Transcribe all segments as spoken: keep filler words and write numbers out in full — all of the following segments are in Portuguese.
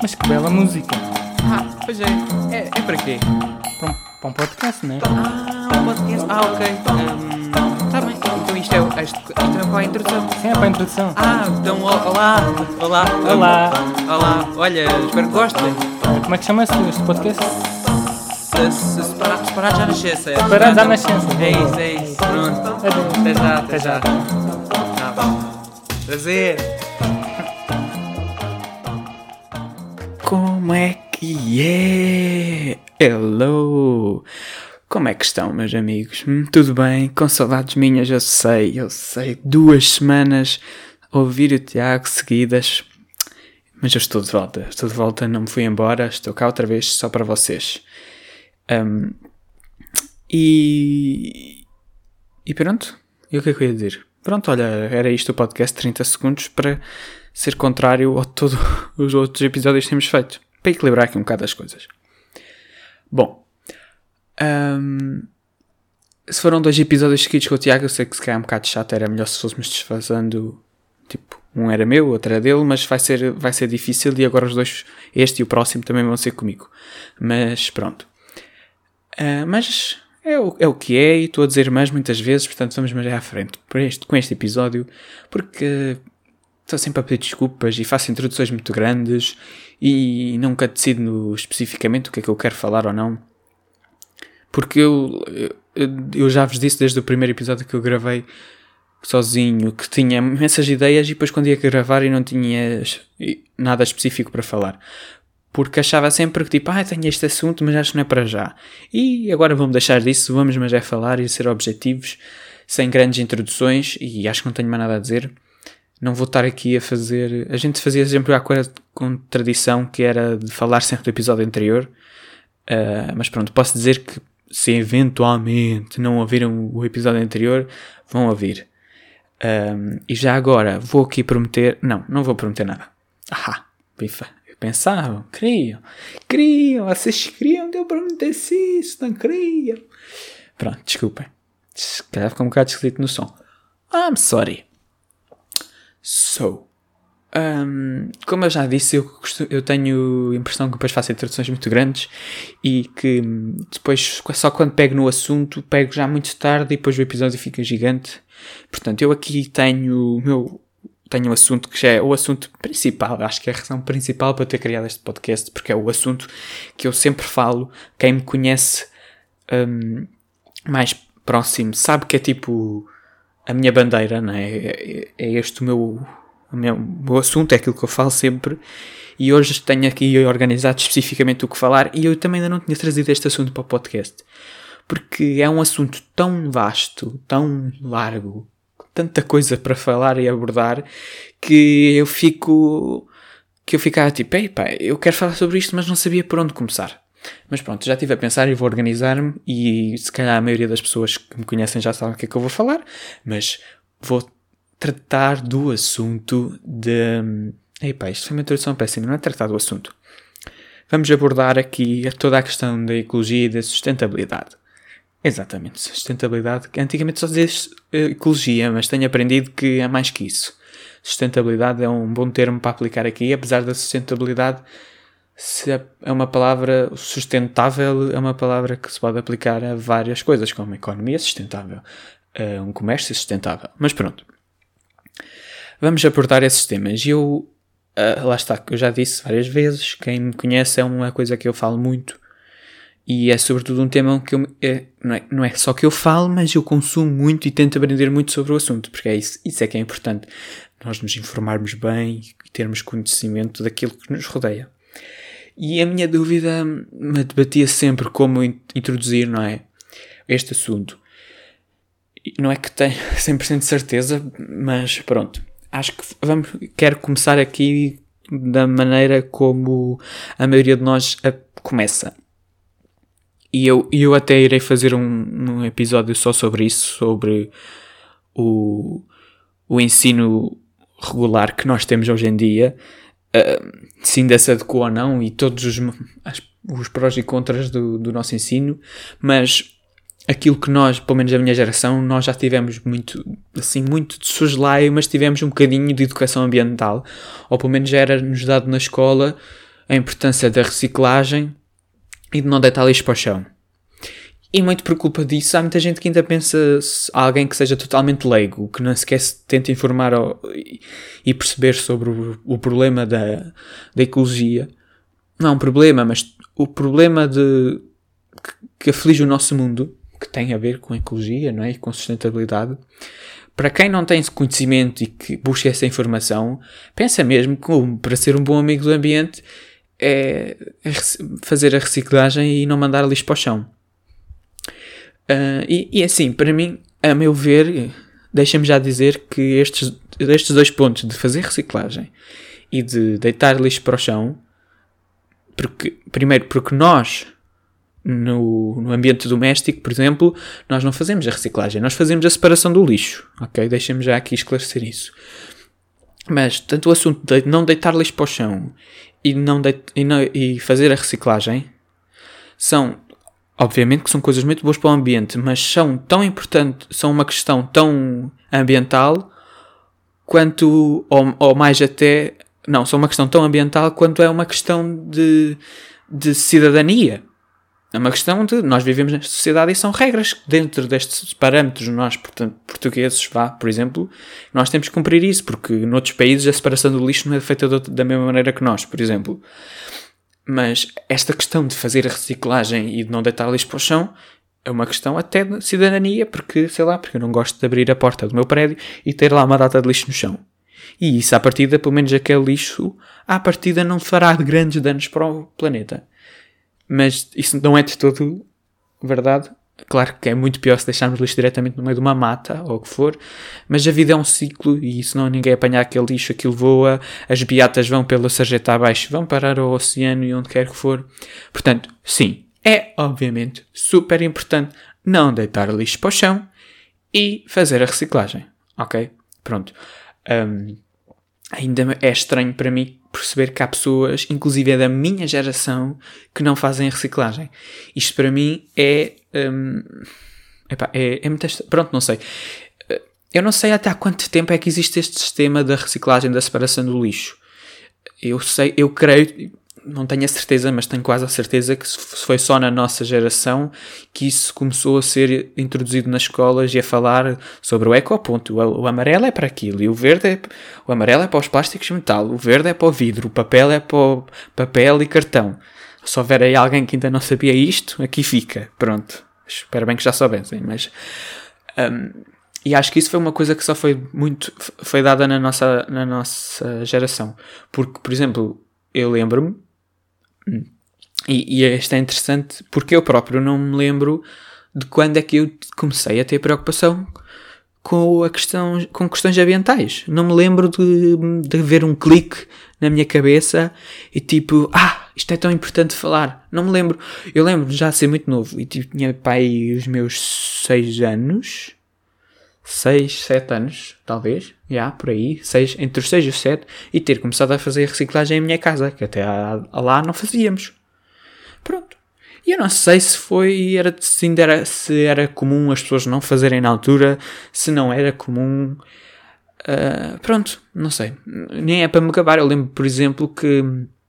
Mas que bela música. Ah, pois é. É, é para quê? Para um, para um podcast, não é? Ah, um podcast. Ah, ok. Está um, bem. Então isto é, isto, isto é para a introdução. Sim, é para a introdução. Ah, então olá. Olá. Olá. Olá. Olha, espero que gostem. Como é que chama-se este podcast? Se, se separar, separar já nascença. Separados à nascença. É isso, é isso. Pronto. Até já, até já. Tá bom. Prazer. Como é que é? Hello! Como é que estão, meus amigos? Hum, tudo bem? Com saudades minhas, eu sei, eu sei. Duas semanas a ouvir o Tiago seguidas. Mas eu estou de volta, estou de volta, não me fui embora, estou cá outra vez só para vocês. Um, e... E pronto, e o que é que eu ia dizer? Pronto, olha, era isto o podcast, trinta segundos para ser contrário a todos os outros episódios que temos feito. Para equilibrar aqui um bocado as coisas. Bom, um, se foram dois episódios seguidos com o Tiago, eu sei que se calhar é um bocado chato, era melhor se fôssemos desfazendo, tipo, um era meu, outro era dele, mas vai ser, vai ser difícil e agora os dois, este e o próximo, também vão ser comigo. Mas pronto. Uh, mas é o, é o que é, e estou a dizer mais muitas vezes, portanto vamos mais à frente por este, com este episódio, porque estou sempre a pedir desculpas e faço introduções muito grandes e nunca decido especificamente o que é que eu quero falar ou não. Porque eu, eu, eu já vos disse desde o primeiro episódio que eu gravei sozinho que tinha imensas ideias e depois quando ia gravar e não tinha nada específico para falar. Porque achava sempre que tipo, ah, tenho este assunto, mas acho que não é para já. E agora vamos deixar disso, vamos mas é falar e ser objetivos, sem grandes introduções, e acho que não tenho mais nada a dizer. Não vou estar aqui a fazer... A gente fazia sempre a contradição que era de falar sempre do episódio anterior. Uh, mas pronto, posso dizer que se eventualmente não ouviram o episódio anterior, vão ouvir. Um, e já agora vou aqui prometer... Não, não vou prometer nada. Ah, pifa. Pensavam, queriam, queriam, vocês queriam que eu prometesse isso, não queriam. Pronto, desculpem. Se calhar ficou um bocado esquisito no som. I'm sorry. So, um, como eu já disse, eu, eu tenho a impressão que depois faço introduções muito grandes e que depois, só quando pego no assunto, pego já muito tarde e depois o episódio fica gigante. Portanto, eu aqui tenho o meu... Tenho um assunto que já é o assunto principal, acho que é a razão principal para ter criado este podcast, porque é o assunto que eu sempre falo. Quem me conhece um, mais próximo sabe que é tipo a minha bandeira, não é? É, é este o meu, o meu, o meu assunto, é aquilo que eu falo sempre. E hoje tenho aqui organizado especificamente o que falar e eu também ainda não tinha trazido este assunto para o podcast, porque é um assunto tão vasto, tão largo, tanta coisa para falar e abordar, que eu fico que eu ficava tipo, ei pá, eu quero falar sobre isto, mas não sabia por onde começar. Mas pronto, já estive a pensar e vou organizar-me, e se calhar a maioria das pessoas que me conhecem já sabem o que é que eu vou falar, mas vou tratar do assunto de... Ei pá, isto foi uma introdução péssima, não é tratar do assunto. Vamos abordar aqui toda a questão da ecologia e da sustentabilidade. Exatamente, sustentabilidade, que antigamente só dizia ecologia, mas tenho aprendido que é mais que isso. Sustentabilidade é um bom termo para aplicar aqui, apesar da sustentabilidade se é uma palavra sustentável, é uma palavra que se pode aplicar a várias coisas, como a economia sustentável, um comércio sustentável. Mas pronto, vamos abordar esses temas. E eu, lá está, eu já disse várias vezes, quem me conhece é uma coisa que eu falo muito. E é sobretudo um tema que eu, é, não, é, não é só que eu falo, mas eu consumo muito e tento aprender muito sobre o assunto, porque é isso, isso é que é importante, nós nos informarmos bem e termos conhecimento daquilo que nos rodeia. E a minha dúvida me debatia sempre como introduzir, não é, este assunto. Não é que tenho cem por cento de certeza, mas pronto, acho que vamos, quero começar aqui da maneira como a maioria de nós a, começa. E eu, eu até irei fazer um, um episódio só sobre isso, sobre o, o ensino regular que nós temos hoje em dia, uh, se ainda se adequa ou não, e todos os, as, os prós e contras do, do nosso ensino, mas aquilo que nós, pelo menos a minha geração, nós já tivemos muito, assim, muito de soslaio, mas tivemos um bocadinho de educação ambiental, ou pelo menos já era-nos dado na escola a importância da reciclagem e de não deitar lixo para o chão. E muito por culpa disso, há muita gente que ainda pensa alguém que seja totalmente leigo, que não sequer se tenta informar ou, e perceber sobre o, o problema da, da ecologia. Não é um problema, mas o problema de, que, que aflige o nosso mundo, que tem a ver com a ecologia, não é? E com sustentabilidade. Para quem não tem esse conhecimento e que busca essa informação, pensa mesmo que para ser um bom amigo do ambiente é fazer a reciclagem e não mandar lixo para o chão. Uh, e, e assim, para mim, a meu ver, deixa-me já dizer que estes, estes dois pontos de fazer reciclagem e de deitar lixo para o chão, porque, primeiro porque nós, no, no ambiente doméstico, por exemplo, nós não fazemos a reciclagem, nós fazemos a separação do lixo, ok? Deixa-me já aqui esclarecer isso. Mas, tanto o assunto de não deitar lixo para o chão e, não deit- e, não, e fazer a reciclagem são... Obviamente que são coisas muito boas para o ambiente, mas são tão importantes, são uma questão tão ambiental quanto, ou, ou mais até, não, são uma questão tão ambiental quanto é uma questão de, de cidadania. É uma questão de, nós vivemos nesta sociedade e são regras dentro destes parâmetros, nós, portanto, portugueses, vá, por exemplo, nós temos que cumprir isso, porque noutros países a separação do lixo não é feita de, da mesma maneira que nós, por exemplo. Mas esta questão de fazer a reciclagem e de não deitar lixo para o chão é uma questão até de cidadania, porque, sei lá, porque eu não gosto de abrir a porta do meu prédio e ter lá uma data de lixo no chão. E isso, à partida, pelo menos aquele lixo, à partida não fará grandes danos para o planeta. Mas isso não é de todo verdade. Claro que é muito pior se deixarmos lixo diretamente no meio de uma mata, ou o que for, mas a vida é um ciclo e se não ninguém apanhar aquele lixo, aquilo voa, as beatas vão pela sarjeta abaixo, vão parar ao oceano e onde quer que for. Portanto, sim, é obviamente super importante não deitar lixo para o chão e fazer a reciclagem, ok? Pronto. Um, ainda é estranho para mim perceber que há pessoas, inclusive é da minha geração, que não fazem a reciclagem. Isto para mim é... Um, epá, é, é muito est... Pronto, não sei. Eu não sei até há quanto tempo é que existe este sistema da reciclagem, da separação do lixo. Eu sei, eu creio, não tenho a certeza, mas tenho quase a certeza que foi só na nossa geração que isso começou a ser introduzido nas escolas e a falar sobre o ecoponto. O, o amarelo é para aquilo e o verde é... O amarelo é para os plásticos de metal, o verde é para o vidro, o papel é para o papel e cartão. Se houver aí alguém que ainda não sabia isto, aqui fica. Pronto. Espero bem que já soubessem, mas... Um, e acho que isso foi uma coisa que só foi muito... Foi dada na nossa, na nossa geração. Porque, por exemplo, eu lembro-me... E, e isto é interessante porque eu próprio não me lembro de quando é que eu comecei a ter preocupação com, a questão, com questões ambientais. Não me lembro de, de haver um clique na minha cabeça e tipo, ah, isto é tão importante falar. Não me lembro. Eu lembro de já ser muito novo e tipo, tinha pai os meus seis anos, seis, sete anos, talvez, já, yeah, por aí, seis, entre os seis e os sete, e ter começado a fazer reciclagem em minha casa, que até lá não fazíamos. Pronto. E eu não sei se foi, era, se, ainda era, se era comum as pessoas não fazerem na altura, se não era comum. Uh, pronto, não sei. Nem é para me gabar. Eu lembro, por exemplo, que,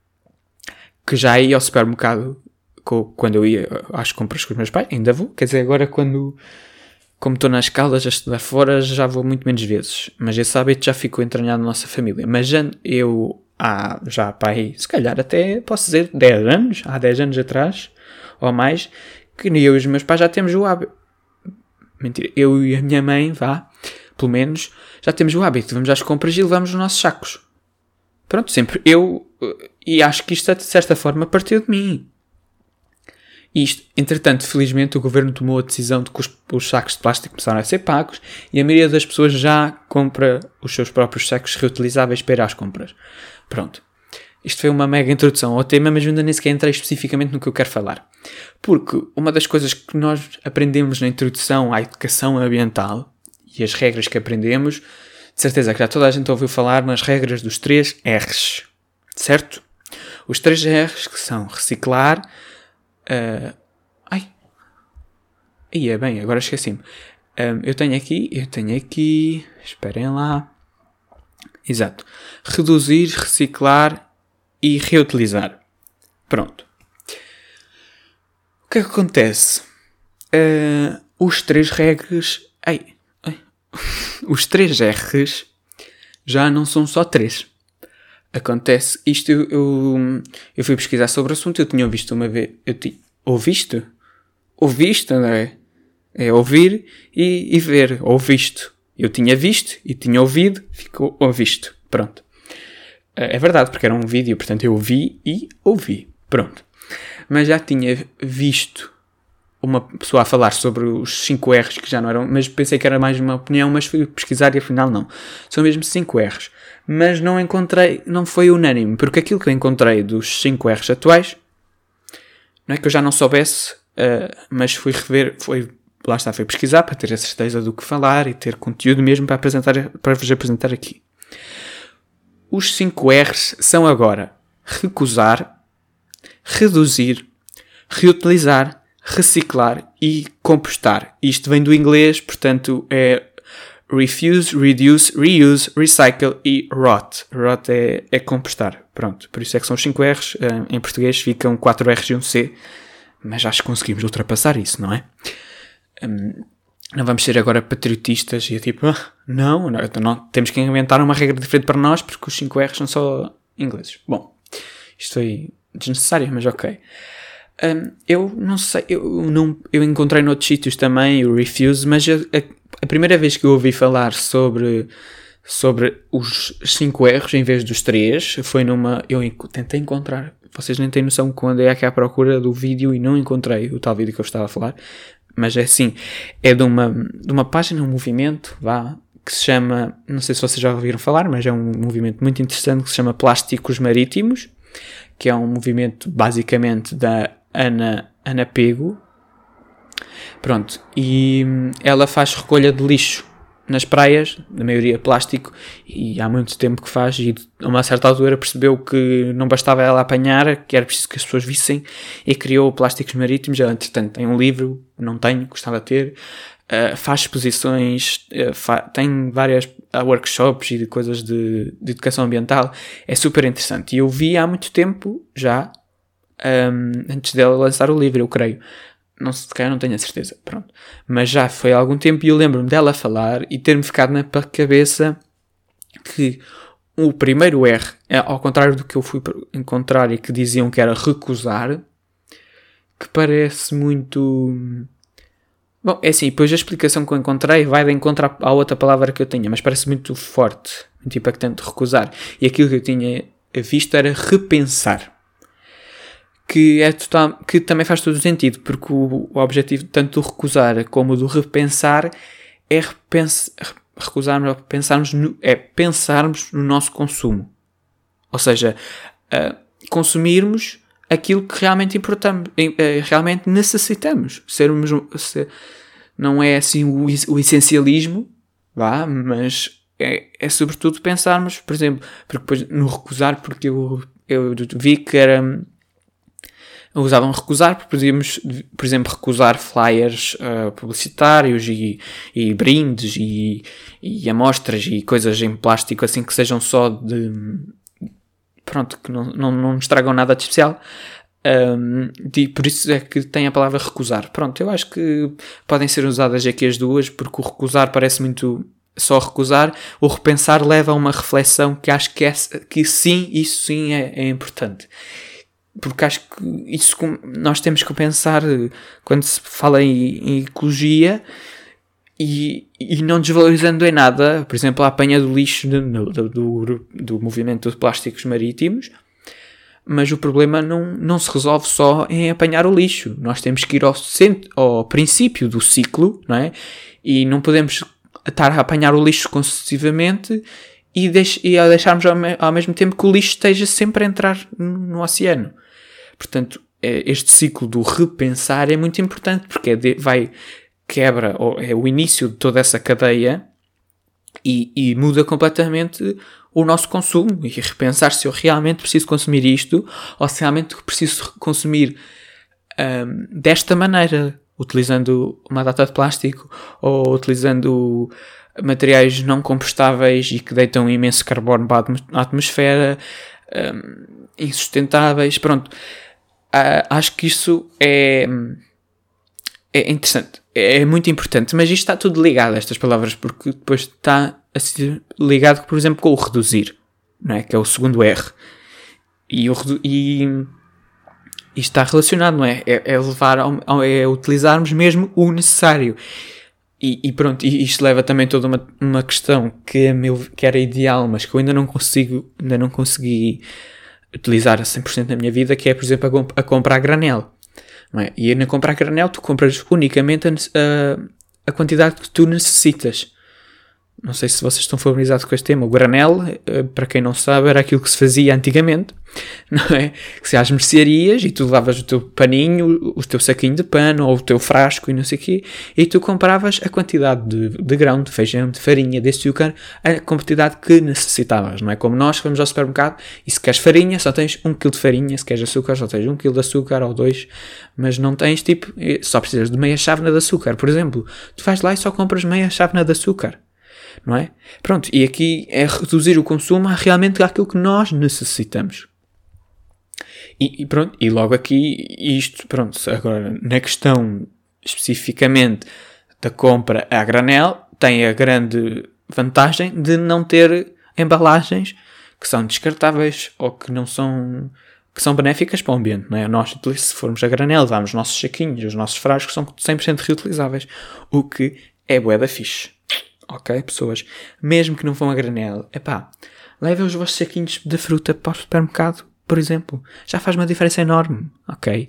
que já ia ao supermercado com, quando eu ia às compras com os meus pais. Ainda vou. Quer dizer, agora quando, como estou nas Caldas a estudar fora, já vou muito menos vezes. Mas esse hábito já ficou entranhado na nossa família. Mas já, eu, há, já pai, se calhar até posso dizer dez anos, há dez anos atrás, ou mais, que eu e os meus pais já temos o hábito. Mentira, eu e a minha mãe, vá, pelo menos, já temos o hábito. Vamos às compras e levamos os nossos sacos. Pronto, sempre. Eu, e acho que isto, de certa forma, partiu de mim. E isto, entretanto, felizmente, o governo tomou a decisão de que os, os sacos de plástico começaram a ser pagos e a maioria das pessoas já compra os seus próprios sacos reutilizáveis para ir às compras. Pronto. Isto foi uma mega introdução ao tema, mas ainda nem sequer entrei especificamente no que eu quero falar. Porque uma das coisas que nós aprendemos na introdução à educação ambiental e as regras que aprendemos, de certeza que já toda a gente ouviu falar nas regras dos três R's. Certo? Os três R's que são reciclar... Uh, ai... Aí é bem, agora esqueci-me. Um, eu tenho aqui... Eu tenho aqui... Esperem lá... Exato. Reduzir, reciclar... e reutilizar. Pronto. O que é que acontece? Uh, os três R's... Ai, ai, os três R's já não são só três. Acontece... Isto eu, eu, eu fui pesquisar sobre o assunto. Eu tinha ouvido uma vez... Eu tinha... Ouvisto? Ouvisto, não é? É ouvir e, e ver. Ouvisto. Eu tinha visto e tinha ouvido. Ficou ouvisto. Pronto. É verdade, porque era um vídeo. Portanto, eu ouvi e ouvi. Pronto. Mas já tinha visto uma pessoa a falar sobre os cinco R's que já não eram... Mas pensei que era mais uma opinião, mas fui pesquisar e afinal não. São mesmo cinco R's. Mas não encontrei... Não foi unânime. Porque aquilo que eu encontrei dos cinco R's atuais... Não é que eu já não soubesse... Uh, mas fui rever... Foi, lá está, fui pesquisar para ter a certeza do que falar e ter conteúdo mesmo para, apresentar, para vos apresentar aqui. Os cinco R's são agora... Recusar... Reduzir, reutilizar, reciclar e compostar. Isto vem do inglês, portanto é refuse, reduce, reuse, recycle e rot. Rot é, é compostar. Pronto, por isso é que são os cinco R's. Em português ficam quatro R's e um C, mas acho que conseguimos ultrapassar isso, não é? Um, não vamos ser agora patriotistas e é tipo, ah, não, não, não, temos que inventar uma regra diferente para nós porque os cinco R's são só ingleses. Bom, isto foi... desnecessário, mas ok. Um, eu não sei, eu, não, eu encontrei noutros sítios também o refuse, mas a, a, a primeira vez que eu ouvi falar sobre, sobre os cinco R's em vez dos três foi numa... Eu tentei encontrar, vocês nem têm noção quando é aqui à procura do vídeo e não encontrei o tal vídeo que eu estava a falar, mas é assim, é de uma, de uma página, um movimento, vá, que se chama, não sei se vocês já ouviram falar, mas é um movimento muito interessante que se chama Plásticos Marítimos, que é um movimento basicamente da Ana, Ana Pego. Pronto, e ela faz recolha de lixo nas praias, na maioria plástico, e há muito tempo que faz, e a uma certa altura percebeu que não bastava ela apanhar, que era preciso que as pessoas vissem, e criou Plásticos Marítimos. Ela, entretanto, tem um livro, não tenho, gostava de ter, uh, faz exposições, uh, fa- tem várias uh, workshops e coisas de, de educação ambiental, é super interessante, e eu vi há muito tempo, já, um, antes dela lançar o livro, eu creio. Não sei, se calhar não tenho a certeza, pronto. Mas já foi há algum tempo e eu lembro-me dela falar e ter-me ficado na cabeça que o primeiro R, ao contrário do que eu fui encontrar e que diziam que era recusar, que parece muito... Bom, é assim, depois a explicação que eu encontrei vai de encontro à outra palavra que eu tinha, mas parece muito forte, muito impactante, recusar. E aquilo que eu tinha visto era repensar. Que, é total, que também faz todo o sentido, porque o, o objetivo tanto do recusar como do repensar é repens, recusarmos, pensarmos no, é pensarmos no nosso consumo. Ou seja, uh, consumirmos aquilo que realmente importamos, uh, realmente necessitamos. Sermos, ser, não é assim o, o essencialismo, vá, mas é, é sobretudo pensarmos, por exemplo, porque depois no recusar, porque eu, eu vi que era... usavam recusar, porque podíamos, por exemplo, recusar flyers uh, publicitários e, e brindes e, e amostras e coisas em plástico assim que sejam só de... pronto, que não, não, não nos tragam nada de especial. Um, e por isso é que tem a palavra recusar. Pronto, eu acho que podem ser usadas aqui as duas, porque o recusar parece muito só recusar, o repensar leva a uma reflexão que acho que, é, que sim, isso sim é, é importante. Porque acho que isso nós temos que pensar quando se fala em, em ecologia e, e não desvalorizando em nada, por exemplo, a apanha do lixo do, do, do, do movimento dos plásticos marítimos, mas o problema não, não se resolve só em apanhar o lixo. Nós temos que ir ao, centro, ao princípio do ciclo, não é? E não podemos estar a apanhar o lixo consecutivamente e, deix, e a deixarmos ao, me, ao mesmo tempo que o lixo esteja sempre a entrar no, no oceano. Portanto, este ciclo do repensar é muito importante, porque é de, vai, quebra, ou é o início de toda essa cadeia e, e muda completamente o nosso consumo. E repensar se eu realmente preciso consumir isto, ou se realmente preciso consumir um, desta maneira, utilizando uma data de plástico, ou utilizando materiais não compostáveis e que deitam imenso carbono para a atmosfera, um, insustentáveis, pronto. uh, acho que isso é, é interessante, é muito importante, mas isto está tudo ligado a estas palavras, porque depois está a ser ligado, por exemplo, com o reduzir, não é? Que é o segundo R. E, o redu- e isto está relacionado, não é? É, é levar ao, ao, é utilizarmos mesmo o necessário. E, e pronto, e isto leva também toda uma, uma questão que, é meu, que era ideal, mas que eu ainda não consigo, ainda não consegui utilizar a cem por cento na minha vida, que é, por exemplo, a, comp- a compra a granel. Não é? E na compra a granel tu compras unicamente a, a, a quantidade que tu necessitas. Não sei se vocês estão familiarizados com este tema. O granel, para quem não sabe, era aquilo que se fazia antigamente, não é? Que se às mercearias e tu levavas o teu paninho, o teu saquinho de pano ou o teu frasco e não sei o quê, e tu compravas a quantidade de, de grão, de feijão, de farinha, de açúcar, a quantidade que necessitavas, não é? Como nós vamos ao supermercado e se queres farinha, só tens um quilo de farinha, se queres açúcar, só tens um quilo de açúcar ou dois, mas não tens tipo, só precisas de meia chávena de açúcar, por exemplo. Tu vais lá e só compras meia chávena de açúcar. Não é? Pronto, e aqui é reduzir o consumo a realmente aquilo que nós necessitamos. E, e pronto, e logo aqui isto, pronto, agora na questão especificamente da compra a granel, tem a grande vantagem de não ter embalagens que são descartáveis ou que não são, que são benéficas para o ambiente, não é? Nós, se formos a granel, vamos os nossos saquinhos, os nossos frascos são cem por cento reutilizáveis, o que é bué da fixe. Ok, pessoas, mesmo que não vão a granel, epá, levem os vossos saquinhos de fruta para o supermercado, por exemplo. Já faz uma diferença enorme, ok?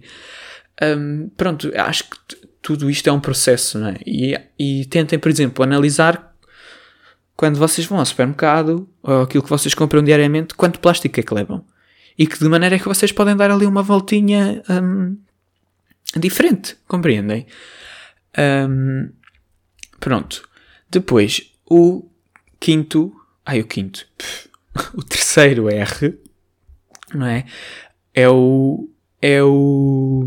Um, pronto, acho que t- tudo isto é um processo, não é? E, e tentem, por exemplo, analisar quando vocês vão ao supermercado, ou aquilo que vocês compram diariamente, quanto plástico é que levam. E que de maneira é que vocês podem dar ali uma voltinha um, diferente, compreendem? Um, pronto. Depois, o quinto... Ai, o quinto. Pff, o terceiro R, não é? É o... É o...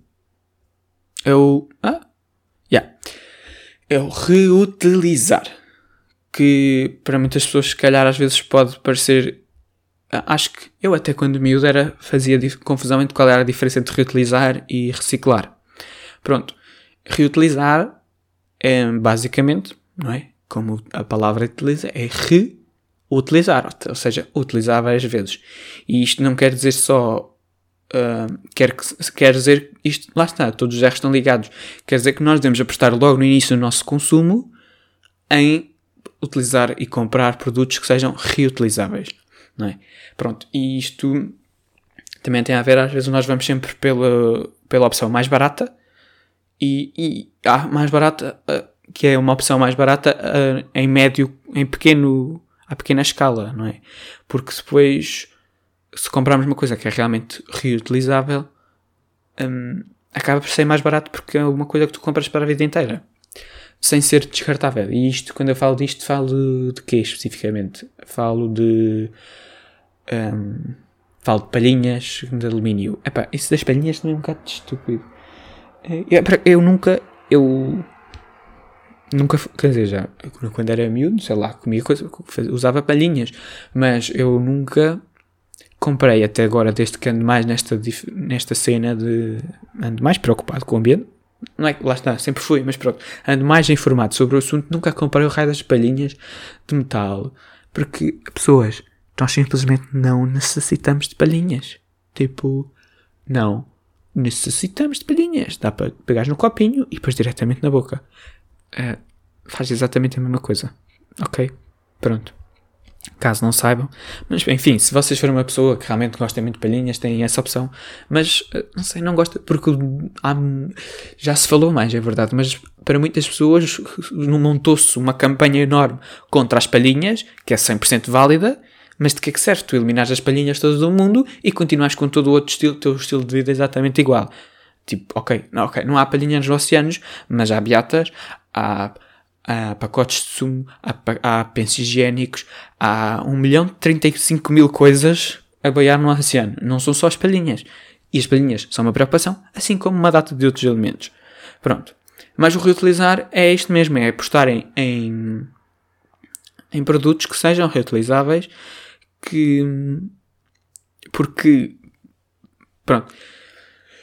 É o... Ah? Yeah. É o reutilizar. Que para muitas pessoas, se calhar, às vezes pode parecer... Acho que eu até quando miúdo era, fazia dif- confusão entre qual era a diferença entre reutilizar e reciclar. Pronto. Reutilizar é basicamente... não é? Como a palavra utiliza, é reutilizar, ou seja, utilizar várias vezes. E isto não quer dizer só, uh, quer, quer dizer, isto, lá está, todos os erros estão ligados, quer dizer que nós devemos apostar logo no início do nosso consumo em utilizar e comprar produtos que sejam reutilizáveis, não é? Pronto, e isto também tem a ver, às vezes nós vamos sempre pela, pela opção mais barata, e, e a mais barata... Uh, que é uma opção mais barata uh, em médio, em pequeno, a pequena escala, não é? Porque depois, se comprarmos uma coisa que é realmente reutilizável, um, acaba por ser mais barato porque é uma coisa que tu compras para a vida inteira, sem ser descartável. E isto, quando eu falo disto, falo de, de quê especificamente? Falo de... Um, falo de palhinhas de alumínio. Epá, isso das palhinhas também é um bocado estúpido. Eu, eu nunca... Eu... Nunca, quer dizer, já quando era miúdo, sei lá, comia coisa, usava palhinhas, mas eu nunca comprei até agora, desde que ando mais nesta, nesta cena de, ando mais preocupado com o ambiente, não é que lá está, sempre fui, mas pronto, ando mais informado sobre o assunto, nunca comprei o raio das palhinhas de metal, porque, pessoas, nós simplesmente não necessitamos de palhinhas, tipo, não necessitamos de palhinhas, dá para pegar no copinho e depois diretamente na boca. Uh, faz exatamente a mesma coisa. Ok? Pronto. Caso não saibam. Mas, enfim, se vocês forem uma pessoa que realmente gosta muito de palhinhas, têm essa opção. Mas, uh, não sei, não gosta... Porque há, já se falou mais, é verdade. Mas, para muitas pessoas, montou-se uma campanha enorme contra as palhinhas, que é cem por cento válida. Mas de que é que serve? Tu eliminares as palhinhas todas do mundo e continuas com todo o outro estilo, teu estilo de vida exatamente igual. Tipo, ok, não, okay, não há palhinhas nos oceanos, mas há beatas, há, há pacotes de sumo, há, há pensos higiênicos, há um milhão de trinta e cinco mil coisas a boiar no oceano. Não são só as palhinhas. E as palhinhas são uma preocupação, assim como uma data de outros elementos. Pronto. Mas o reutilizar é isto mesmo, é apostar em, em, em produtos que sejam reutilizáveis, que... Porque... Pronto.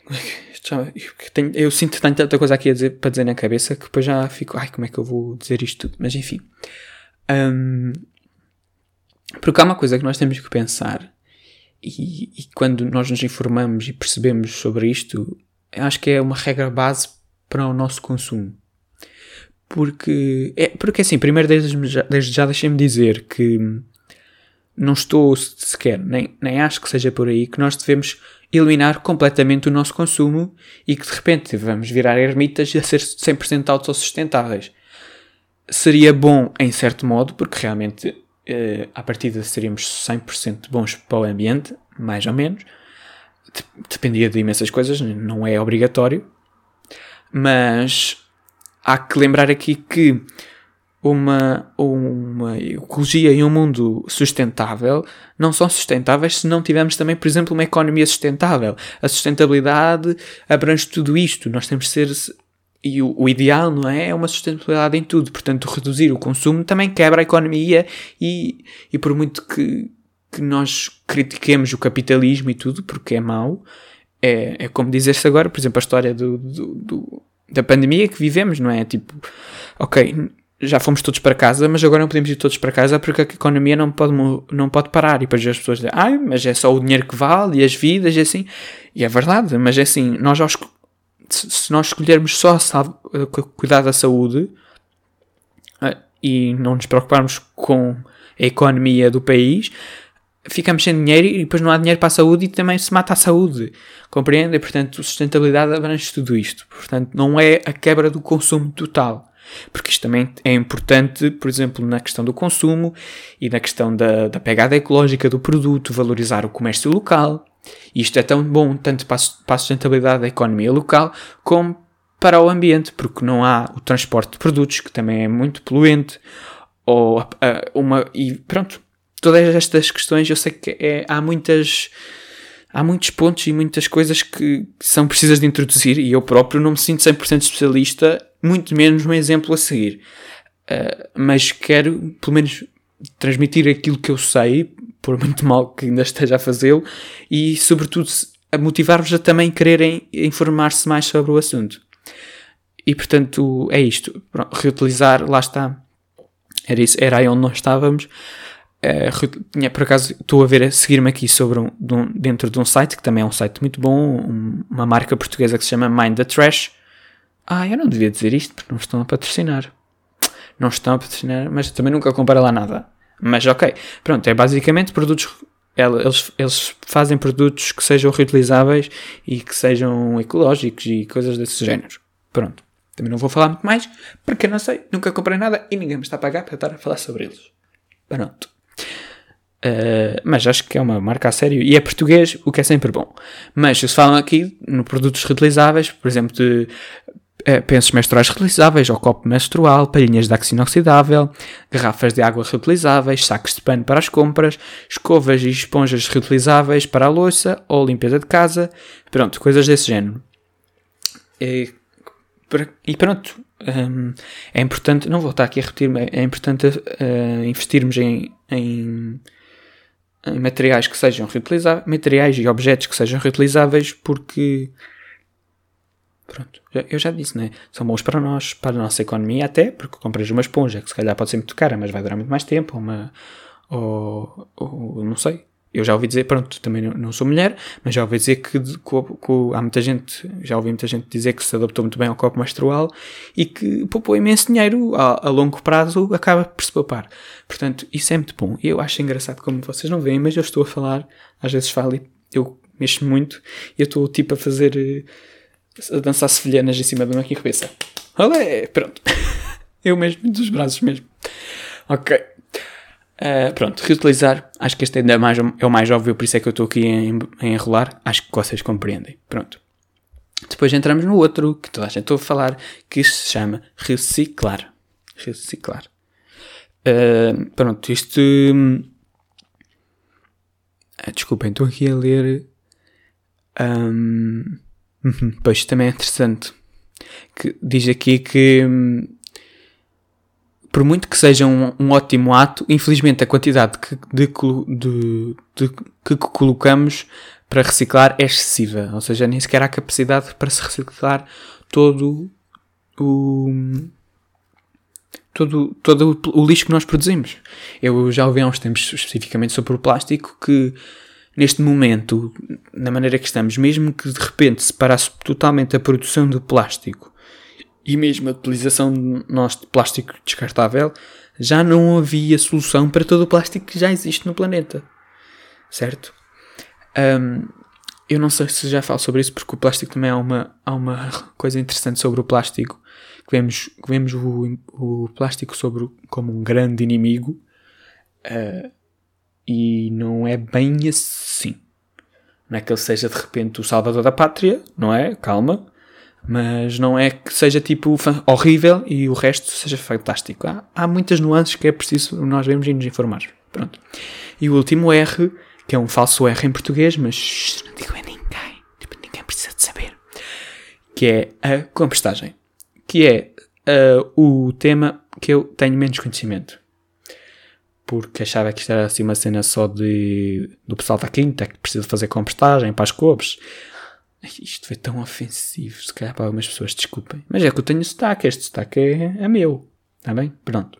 Já, eu, tenho, eu sinto que tenho tanta coisa aqui a dizer, para dizer na cabeça que depois já fico, ai, como é que eu vou dizer isto tudo? Mas enfim. Um, porque há uma coisa que nós temos que pensar, e, e quando nós nos informamos e percebemos sobre isto, acho que é uma regra base para o nosso consumo. Porque, é, porque assim, primeiro desde já, desde já deixem-me dizer que não estou sequer, nem, nem acho que seja por aí, que nós devemos eliminar completamente o nosso consumo e que de repente vamos virar ermitas e a ser cem por cento autossustentáveis. Seria bom em certo modo, porque realmente eh, à partida seríamos cem por cento bons para o ambiente, mais ou menos. Dependia de imensas coisas, não é obrigatório. Mas há que lembrar aqui que uma, uma ecologia e um mundo sustentável não são sustentáveis se não tivermos também, por exemplo, uma economia sustentável. A sustentabilidade abrange tudo isto. Nós temos de ser... E o, o ideal, não é? É uma sustentabilidade em tudo. Portanto, reduzir o consumo também quebra a economia e, e por muito que, que nós critiquemos o capitalismo e tudo, porque é mau, é, é como dizer-se agora, por exemplo, a história do, do, do, da pandemia que vivemos, não é? Tipo, ok... já fomos todos para casa, mas agora não podemos ir todos para casa porque a economia não pode, não pode parar. E depois as pessoas dizem, ah, mas é só o dinheiro que vale e as vidas e assim. E é verdade, mas é assim, nós aos, se nós escolhermos só cuidar da saúde e não nos preocuparmos com a economia do país, ficamos sem dinheiro e depois não há dinheiro para a saúde e também se mata a saúde. Compreende? E, portanto, sustentabilidade abrange tudo isto. Portanto, não é a quebra do consumo total. Porque isto também é importante, por exemplo, na questão do consumo e na questão da, da pegada ecológica do produto, valorizar o comércio local. E isto é tão bom tanto para a, para a sustentabilidade da economia local como para o ambiente, porque não há o transporte de produtos, que também é muito poluente, ou uh, uma... E pronto, todas estas questões, eu sei que é, há muitas... Há muitos pontos e muitas coisas que são precisas de introduzir e eu próprio não me sinto cem por cento especialista, muito menos um exemplo a seguir. Uh, mas quero, pelo menos, transmitir aquilo que eu sei, por muito mal que ainda esteja a fazê-lo, e, sobretudo, a motivar-vos a também quererem informar-se mais sobre o assunto. E, portanto, é isto. Pronto, reutilizar, lá está. Era, isso, era aí onde nós estávamos. Uh, por acaso estou a ver a seguir-me aqui sobre um, de um, dentro de um site que também é um site muito bom, um, uma marca portuguesa que se chama Mind the Trash. Ah, eu não devia dizer isto porque não estão a patrocinar não estão a patrocinar, mas também nunca comprei lá nada, mas ok, pronto, é basicamente produtos, eles, eles fazem produtos que sejam reutilizáveis e que sejam ecológicos e coisas desse género. Pronto, também não vou falar muito mais porque eu não sei, nunca comprei nada e ninguém me está a pagar para estar a falar sobre eles. Pronto. Uh, mas acho que é uma marca a sério e é português, o que é sempre bom. Mas se falam aqui no produtos reutilizáveis, por exemplo, de uh, pensos menstruais reutilizáveis, ou copo menstrual, palhinhas de ácido inoxidável, garrafas de água reutilizáveis, sacos de pano para as compras, escovas e esponjas reutilizáveis para a louça ou limpeza de casa, pronto, coisas desse género. E, e pronto, um, é importante, não vou estar aqui a repetir-me, é importante uh, investirmos em, em em materiais que sejam reutilizáveis, materiais e objetos que sejam reutilizáveis, porque pronto, eu já disse, né? São bons para nós, para a nossa economia até, porque compras uma esponja que se calhar pode ser muito cara, mas vai durar muito mais tempo, uma, ou, ou não sei. Eu já ouvi dizer, pronto, também não, não sou mulher, mas já ouvi dizer que, que, que há muita gente, já ouvi muita gente dizer que se adaptou muito bem ao copo menstrual e que poupou imenso dinheiro, a, a longo prazo acaba por se poupar. Portanto, isso é muito bom. E eu acho engraçado como vocês não veem, mas eu estou a falar, às vezes falo e eu mexo muito e eu estou tipo a fazer, a dançar sevilhanas em cima da minha cabeça. Olé, pronto. Eu mesmo, dos braços mesmo. Ok. Uh, pronto, reutilizar, acho que este ainda é, mais, é o mais óbvio, por isso é que eu estou aqui a enrolar, acho que vocês compreendem. Pronto. Depois entramos no outro, que toda a gente estou a falar, que se chama reciclar. Reciclar. Uh, pronto, isto... Uh, desculpem, estou aqui a ler... Um, pois, também é interessante. Que diz aqui que... Um, por muito que seja um, um ótimo ato, infelizmente a quantidade que, de, de, de, que colocamos para reciclar é excessiva. Ou seja, nem sequer há capacidade para se reciclar todo o, todo, todo o, o lixo que nós produzimos. Eu já ouvi há uns tempos especificamente sobre o plástico que, neste momento, na maneira que estamos, mesmo que de repente se parasse totalmente a produção de plástico e mesmo a utilização de, nós, de plástico descartável, já não havia solução para todo o plástico que já existe no planeta. Certo? Um, eu não sei se já falo sobre isso, porque o plástico também há uma, há uma coisa interessante sobre o plástico, que vemos, que vemos o, o plástico sobre, como um grande inimigo, uh, e não é bem assim. Não é que ele seja de repente o salvador da pátria, não é? Calma. Mas não é que seja tipo horrível e o resto seja fantástico. Há, há muitas nuances que é preciso nós vermos e nos informarmos. Pronto. E o último R, que é um falso R em português, mas shh, não digo a ninguém. Tipo, ninguém precisa de saber. Que é a compostagem. Que é uh, o tema que eu tenho menos conhecimento. Porque achava que isto era assim uma cena só de, do pessoal da quinta, que precisa fazer compostagem para as couves. Isto foi tão ofensivo, se calhar para algumas pessoas, desculpem. Mas é que eu tenho sotaque, este sotaque é, é meu. Está bem? Pronto.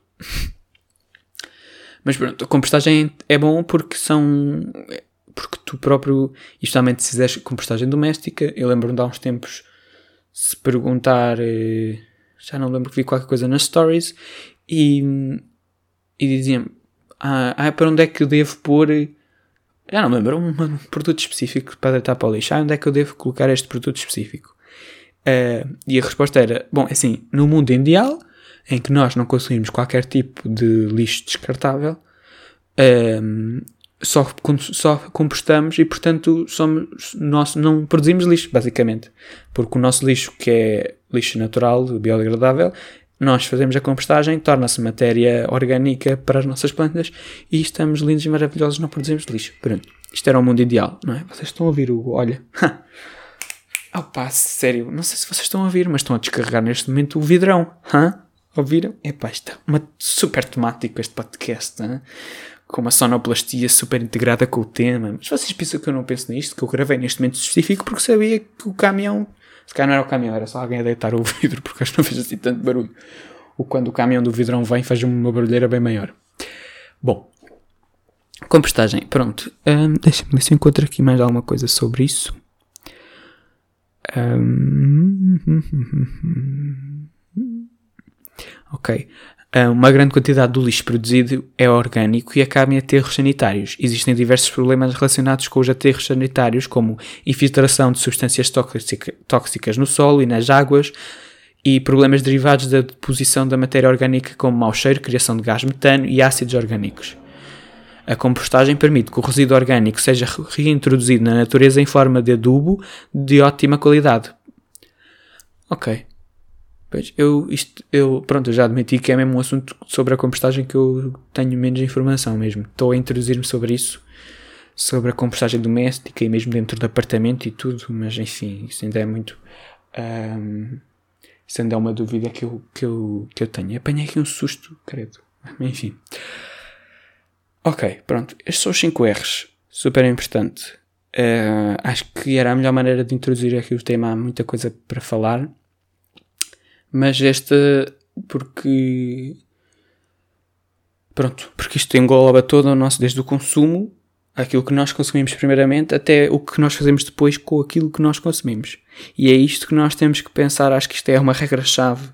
Mas pronto, a compostagem é bom porque são... Porque tu próprio, especialmente se fizeres compostagem doméstica, eu lembro-me de há uns tempos se perguntar... Já não lembro que vi qualquer coisa nas stories e, e diziam-me ah, ah, para onde é que eu devo pôr... Já não me lembro, um, um produto específico para deitar para o lixo. Ah, onde é que eu devo colocar este produto específico? Uh, e a resposta era, bom, assim, no mundo ideal, em que nós não consumimos qualquer tipo de lixo descartável, uh, só, só compostamos e, portanto, somos, nós não produzimos lixo, basicamente. Porque o nosso lixo, que é lixo natural, biodegradável, nós fazemos a compostagem, torna-se matéria orgânica para as nossas plantas e estamos lindos e maravilhosos, não produzimos lixo. Pronto. Isto era o mundo ideal, não é? Vocês estão a ouvir o... Olha. Opa, sério. Não sei se vocês estão a ouvir, mas estão a descarregar neste momento o vidrão. Hã? Ouviram? Epá, isto é uma super temático este podcast, hein? Com uma sonoplastia super integrada com o tema. Mas vocês pensam que eu não penso nisto? Que eu gravei neste momento específico porque sabia que o caminhão... Se calhar não era o caminhão, era só alguém a deitar o vidro, porque acho que não fez assim tanto barulho. Ou quando o caminhão do vidrão vem, faz uma barulheira bem maior. Bom, compostagem, pronto. Um, Deixa-me ver se eu encontro aqui mais alguma coisa sobre isso. Um, ok. Uma grande quantidade do lixo produzido é orgânico e acaba em aterros sanitários. Existem diversos problemas relacionados com os aterros sanitários, como infiltração de substâncias tóxica, tóxicas no solo e nas águas, e problemas derivados da deposição da matéria orgânica, como mau cheiro, criação de gás metano e ácidos orgânicos. A compostagem permite que o resíduo orgânico seja reintroduzido na natureza em forma de adubo de ótima qualidade. Ok. Pois, eu, isto, eu, pronto, eu já admiti que é mesmo um assunto sobre a compostagem que eu tenho menos informação mesmo. Estou a introduzir-me sobre isso, sobre a compostagem doméstica e mesmo dentro do apartamento e tudo, mas enfim, isso ainda é muito... Um, isso ainda é uma dúvida que eu, que eu, que eu tenho. Apanhei aqui um susto, credo. Enfim. Ok, pronto. Estes são os cinco R's. Super importante. Uh, acho que era a melhor maneira de introduzir aqui o tema. Há muita coisa para falar. Mas esta, porque, pronto, porque isto engloba todo o nosso, desde o consumo, aquilo que nós consumimos primeiramente, até o que nós fazemos depois com aquilo que nós consumimos. E é isto que nós temos que pensar, acho que isto é uma regra-chave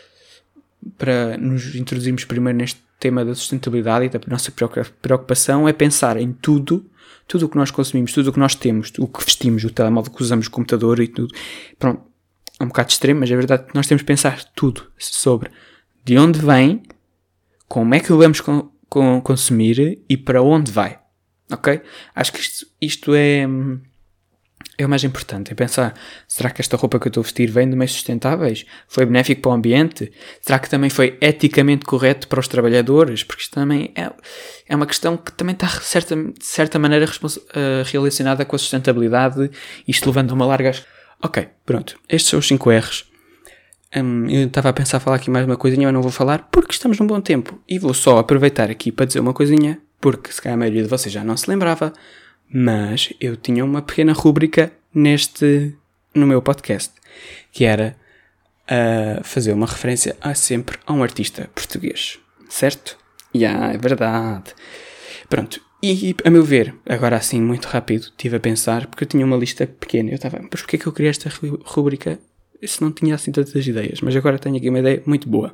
para nos introduzirmos primeiro neste tema da sustentabilidade e da nossa preocupação, é pensar em tudo, tudo o que nós consumimos, tudo o que nós temos, o que vestimos, o telemóvel que usamos, o computador e tudo, pronto. É um bocado extremo, mas é verdade que nós temos que pensar tudo sobre de onde vem, como é que o vamos com, com, consumir e para onde vai. Ok? Acho que isto, isto é, é o mais importante. É pensar, será que esta roupa que eu estou a vestir vem de meios sustentáveis? Foi benéfico para o ambiente? Será que também foi eticamente correto para os trabalhadores? Porque isto também é, é uma questão que também está de certa, de certa maneira responsa, uh, relacionada com a sustentabilidade. Isto levando a uma larga... Ok, pronto. Estes são os cinco R's. Um, eu estava a pensar a falar aqui mais uma coisinha, mas não vou falar porque estamos num bom tempo. E vou só aproveitar aqui para dizer uma coisinha, porque se calhar a maioria de vocês já não se lembrava, Mas eu tinha uma pequena rúbrica neste, no meu podcast, que era uh, fazer uma referência a sempre a um artista português, certo? Já, yeah, é verdade. Pronto, e a meu ver, agora assim muito rápido, estive a pensar, porque eu tinha uma lista pequena, eu estava, mas porquê é que eu queria esta rúbrica? Se não tinha assim tantas ideias, mas agora tenho aqui uma ideia muito boa.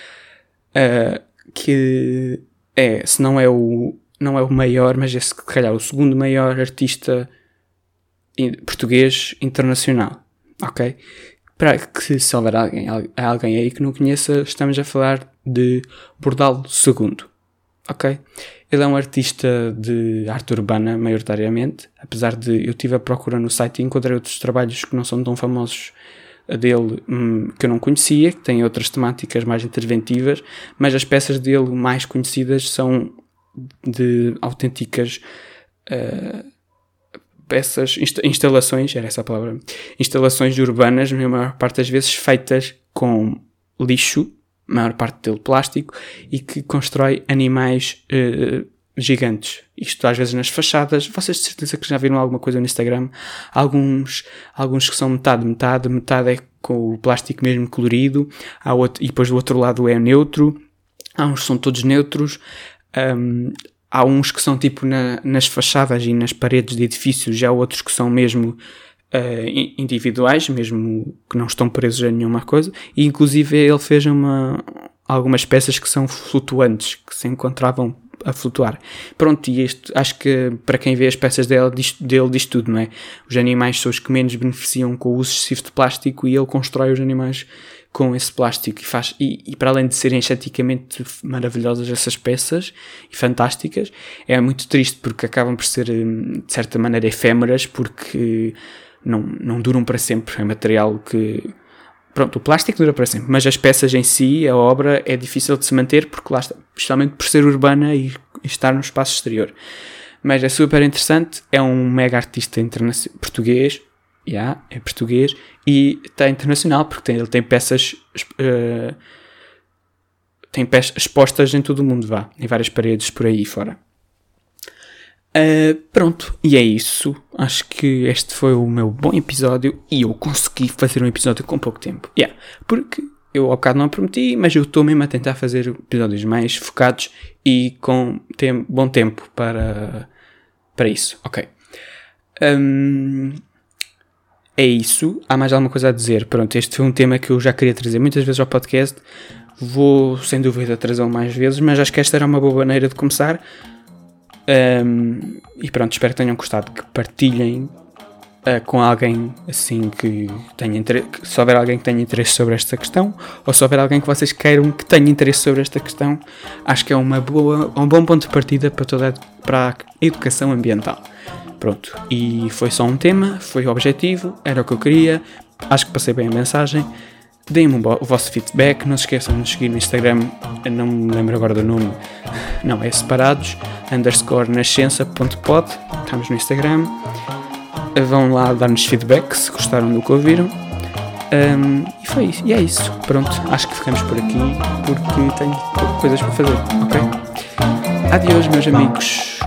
Uh, que é, se não é o não é o maior, mas é se calhar o segundo maior artista in, português internacional, ok? Para que se houver alguém, alguém aí que não conheça, estamos a falar de Bordalo segundo, ok? Ele é um artista de arte urbana, maioritariamente, apesar de eu estive a procurar no site e encontrei outros trabalhos que não são tão famosos dele, hum, que eu não conhecia, que têm outras temáticas mais interventivas, mas as peças dele mais conhecidas são de autênticas uh, peças, insta- instalações, era essa a palavra, instalações urbanas, na maior parte das vezes feitas com lixo, a maior parte dele plástico, e que constrói animais uh, gigantes. Isto às vezes nas fachadas, vocês de certeza que já viram alguma coisa no Instagram, alguns, alguns que são metade, metade, metade é com o plástico mesmo colorido, há outro, e depois do outro lado é neutro, há uns que são todos neutros, um, há uns que são tipo na, nas fachadas e nas paredes de edifícios, já há outros que são mesmo uh, individuais, mesmo que não estão presos a nenhuma coisa, e inclusive ele fez uma, algumas peças que são flutuantes, que se encontravam a flutuar. Pronto, e isto, acho que para quem vê as peças dele diz, dele diz tudo, não é? Os animais são os que menos beneficiam com o uso excessivo de plástico e ele constrói os animais com esse plástico e faz, e, e para além de serem esteticamente maravilhosas essas peças e fantásticas, é muito triste porque acabam por ser de certa maneira efêmeras, porque não, não duram para sempre. É material que, pronto, o plástico dura para sempre, mas as peças em si, a obra, é difícil de se manter porque lá está, especialmente por ser urbana e, e estar no espaço exterior. Mas é super interessante, é um mega artista internacional português, yeah, é português, e está internacional porque tem, ele tem peças uh, tem peças expostas em todo o mundo, vá, em várias paredes por aí fora. Uh, pronto, e é isso. Acho que este foi o meu bom episódio e eu consegui fazer um episódio com pouco tempo. Yeah, porque eu ao bocado não prometi, mas eu estou mesmo a tentar fazer episódios mais focados e com tem, bom tempo para, para isso. Ok. Um, é isso. Há mais alguma coisa a dizer? Pronto, este foi um tema que eu já queria trazer muitas vezes ao podcast. Vou, sem dúvida, trazê-lo mais vezes, mas acho que esta era uma boa maneira de começar. Um, e pronto, espero que tenham gostado, que partilhem uh, com alguém assim que tenha interesse, se houver alguém que tenha interesse sobre esta questão, ou se houver alguém que vocês queiram que tenha interesse sobre esta questão. Acho que é uma boa, um bom ponto de partida para toda a, para a educação ambiental. Pronto, e foi só um tema, foi o objetivo, era o que eu queria, acho que passei bem a mensagem. Deem-me um bo- o vosso feedback, não se esqueçam de nos seguir no Instagram, eu não me lembro agora do nome, não, é separados, underscore nascença.pod, estamos no Instagram, vão lá dar-nos feedback se gostaram do que ouviram, um, e foi isso, e é isso, pronto, acho que ficamos por aqui, porque tenho coisas para fazer, ok? Adeus, meus amigos.